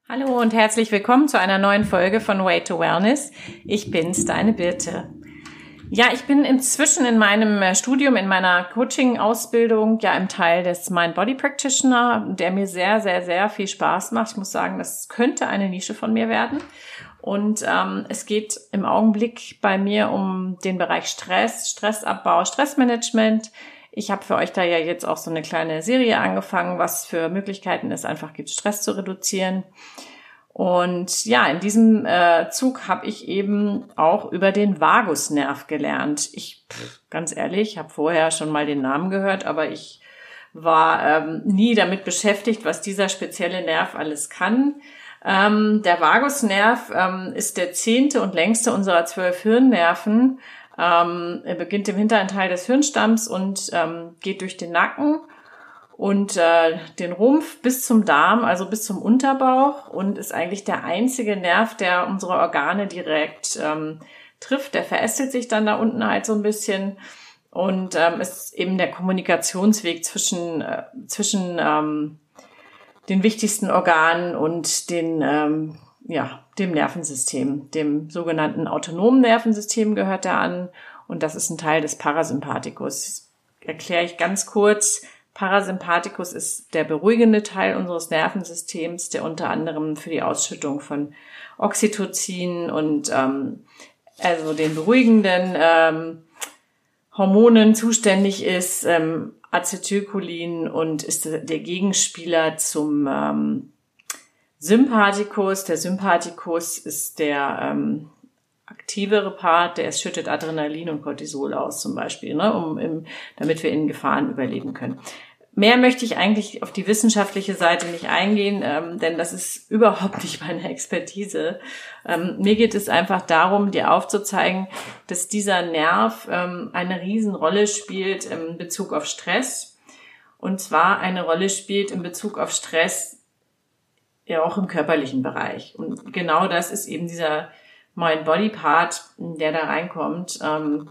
Hallo und herzlich willkommen zu einer neuen Folge von Way to Wellness. Ich bin's, deine Birte. Ja, ich bin inzwischen in meinem Studium, in meiner Coaching-Ausbildung, ja im Teil des Mind-Body-Practitioner, der mir sehr, sehr, sehr viel Spaß macht. Ich muss sagen, das könnte eine Nische von mir werden. Und es geht im Augenblick bei mir um den Bereich Stress, Stressabbau, Stressmanagement. Ich habe für euch da ja jetzt auch so eine kleine Serie angefangen, was für Möglichkeiten es einfach gibt, Stress zu reduzieren. Und ja, in diesem Zug habe ich eben auch über den Vagusnerv gelernt. Ganz ehrlich, habe vorher schon mal den Namen gehört, aber ich war nie damit beschäftigt, was dieser spezielle Nerv alles kann. Der Vagusnerv ist der 10. und längste unserer 12 Hirnnerven. Er beginnt im hinteren Teil des Hirnstamms und geht durch den Nacken und den Rumpf bis zum Darm, also bis zum Unterbauch, und ist eigentlich der einzige Nerv, der unsere Organe direkt trifft. Der verästelt sich dann da unten halt so ein bisschen und ist eben der Kommunikationsweg zwischen den wichtigsten Organen und dem Nervensystem. Dem sogenannten autonomen Nervensystem gehört er an, und das ist ein Teil des Parasympathikus. Erkläre ich ganz kurz. Parasympathikus ist der beruhigende Teil unseres Nervensystems, der unter anderem für die Ausschüttung von Oxytocin und also den beruhigenden Hormonen zuständig ist, Acetylcholin, und ist der Gegenspieler zum Sympathikus. Der Sympathikus ist der aktivere Part, der schüttet Adrenalin und Cortisol aus zum Beispiel, damit wir in Gefahren überleben können. Mehr möchte ich eigentlich auf die wissenschaftliche Seite nicht eingehen, denn das ist überhaupt nicht meine Expertise. Mir geht es einfach darum, dir aufzuzeigen, dass dieser Nerv eine Riesenrolle spielt in Bezug auf Stress, und zwar eine Rolle spielt in Bezug auf Stress ja auch im körperlichen Bereich. Und genau das ist eben dieser Mind-Body-Part, der da reinkommt.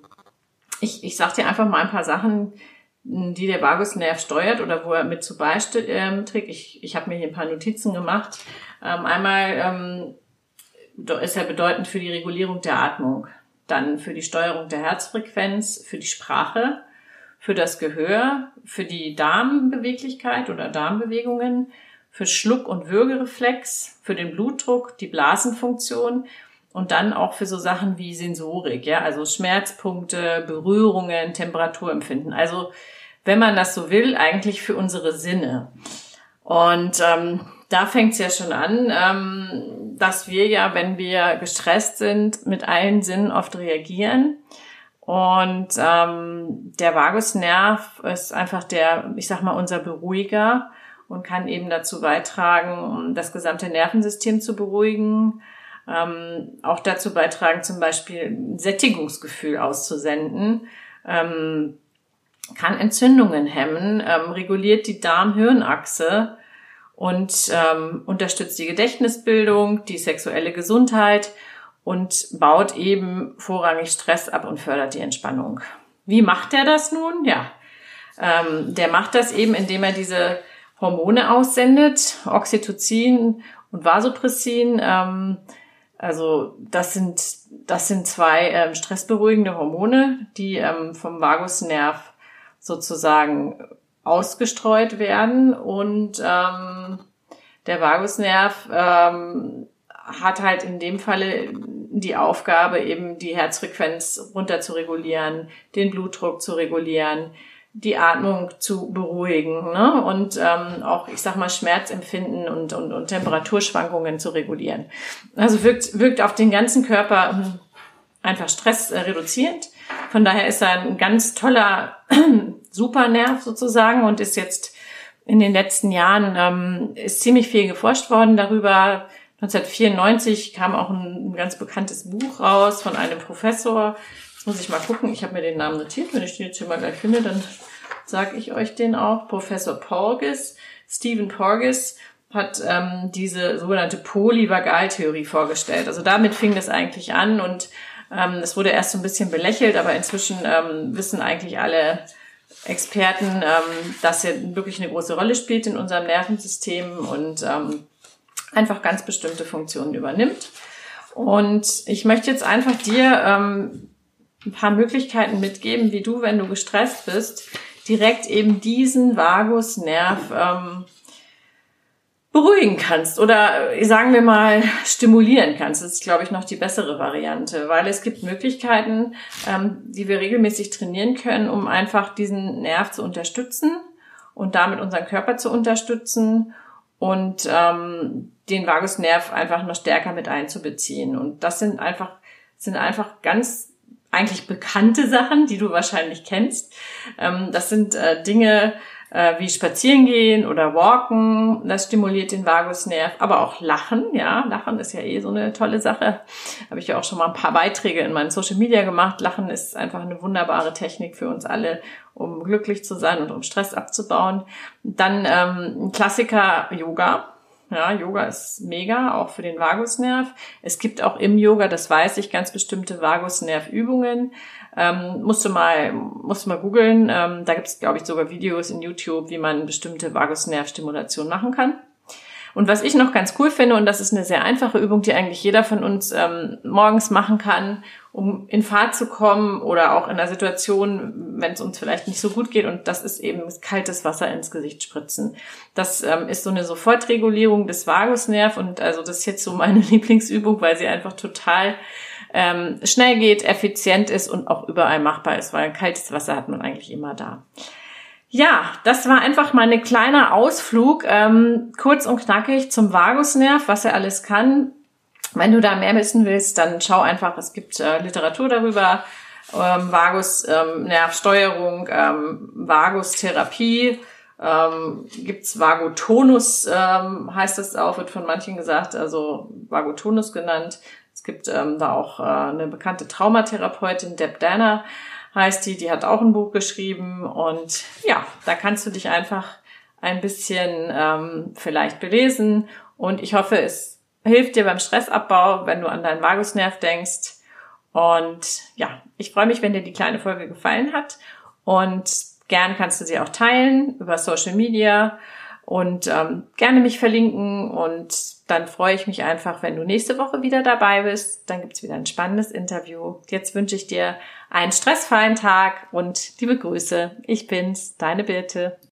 Ich sag dir einfach mal ein paar Sachen, die der Vagusnerv steuert oder wo er mit zu beiträgt. Ich habe mir hier ein paar Notizen gemacht. Einmal ist er bedeutend für die Regulierung der Atmung, dann für die Steuerung der Herzfrequenz, für die Sprache, für das Gehör, für die Darmbeweglichkeit oder Darmbewegungen, für Schluck- und Würgereflex, für den Blutdruck, die Blasenfunktion und dann auch für so Sachen wie Sensorik, ja, also Schmerzpunkte, Berührungen, Temperaturempfinden. Also, wenn man das so will, eigentlich für unsere Sinne. Und da fängt es ja schon an, dass wir ja, wenn wir gestresst sind, mit allen Sinnen oft reagieren. Und der Vagusnerv ist einfach unser Beruhiger und kann eben dazu beitragen, das gesamte Nervensystem zu beruhigen, auch dazu beitragen, zum Beispiel ein Sättigungsgefühl auszusenden, kann Entzündungen hemmen, reguliert die Darm-Hirn-Achse und unterstützt die Gedächtnisbildung, die sexuelle Gesundheit und baut eben vorrangig Stress ab und fördert die Entspannung. Wie macht er das nun? Ja, der macht das eben, indem er diese Hormone aussendet, Oxytocin und Vasopressin. Also das sind zwei stressberuhigende Hormone, die vom Vagusnerv sozusagen ausgestreut werden. Und der Vagusnerv hat halt in dem Falle die Aufgabe, eben die Herzfrequenz runter zu regulieren, den Blutdruck zu regulieren, die Atmung zu beruhigen, ne? Und auch, Schmerzempfinden und Temperaturschwankungen zu regulieren. Also wirkt auf den ganzen Körper einfach stressreduzierend. Von daher ist er ein ganz toller Supernerv sozusagen und ist jetzt in den letzten Jahren ist ziemlich viel geforscht worden darüber. 1994 kam auch ein ganz bekanntes Buch raus von einem Professor. Jetzt muss ich mal gucken, ich habe mir den Namen notiert. Wenn ich den jetzt hier mal gleich finde, dann sage ich euch den auch. Professor Porges, Stephen Porges, hat diese sogenannte Polyvagaltheorie vorgestellt. Also damit fing das eigentlich an, und es wurde erst so ein bisschen belächelt, aber inzwischen wissen eigentlich alle Experten, dass er wirklich eine große Rolle spielt in unserem Nervensystem, und einfach ganz bestimmte Funktionen übernimmt. Und ich möchte jetzt einfach dir ein paar Möglichkeiten mitgeben, wie du, wenn du gestresst bist, direkt eben diesen Vagusnerv beruhigen kannst oder sagen wir mal stimulieren kannst. Das ist, glaube ich, noch die bessere Variante, weil es gibt Möglichkeiten, die wir regelmäßig trainieren können, um einfach diesen Nerv zu unterstützen und damit unseren Körper zu unterstützen und den Vagusnerv einfach noch stärker mit einzubeziehen. Und das sind einfach ganz eigentlich bekannte Sachen, die du wahrscheinlich kennst. Das sind Dinge wie spazieren gehen oder walken, das stimuliert den Vagusnerv, aber auch Lachen, ja, Lachen ist ja so eine tolle Sache. Habe ich ja auch schon mal ein paar Beiträge in meinen Social Media gemacht. Lachen ist einfach eine wunderbare Technik für uns alle, um glücklich zu sein und um Stress abzubauen. Dann ein Klassiker, Yoga. Ja, Yoga ist mega, auch für den Vagusnerv. Es gibt auch im Yoga, das weiß ich, ganz bestimmte Vagusnervübungen. Musst du mal googeln. Da gibt es, glaube ich, sogar Videos in YouTube, wie man bestimmte Vagusnervstimulation machen kann. Und was ich noch ganz cool finde, und das ist eine sehr einfache Übung, die eigentlich jeder von uns morgens machen kann, um in Fahrt zu kommen oder auch in einer Situation, wenn es uns vielleicht nicht so gut geht, und das ist eben kaltes Wasser ins Gesicht spritzen. Das ist so eine Sofortregulierung des Vagusnerv und also das ist jetzt so meine Lieblingsübung, weil sie einfach total schnell geht, effizient ist und auch überall machbar ist, weil kaltes Wasser hat man eigentlich immer da. Ja, das war einfach mal ein kleiner Ausflug, kurz und knackig zum Vagusnerv, was er alles kann. Wenn du da mehr wissen willst, dann schau einfach, es gibt Literatur darüber, Vagusnervsteuerung, Vagustherapie, gibt's Vagotonus, heißt das auch, wird von manchen gesagt, also Vagotonus genannt. Es gibt da auch eine bekannte Traumatherapeutin, Deb Danner heißt die hat auch ein Buch geschrieben und ja, da kannst du dich einfach ein bisschen vielleicht belesen und ich hoffe, es hilft dir beim Stressabbau, wenn du an deinen Vagusnerv denkst und ja, ich freue mich, wenn dir die kleine Folge gefallen hat und gern kannst du sie auch teilen über Social Media und gerne mich verlinken und dann freue ich mich einfach, wenn du nächste Woche wieder dabei bist. Dann gibt's wieder ein spannendes Interview. Jetzt wünsche ich dir einen stressfreien Tag und liebe Grüße. Ich bin's, deine Birte.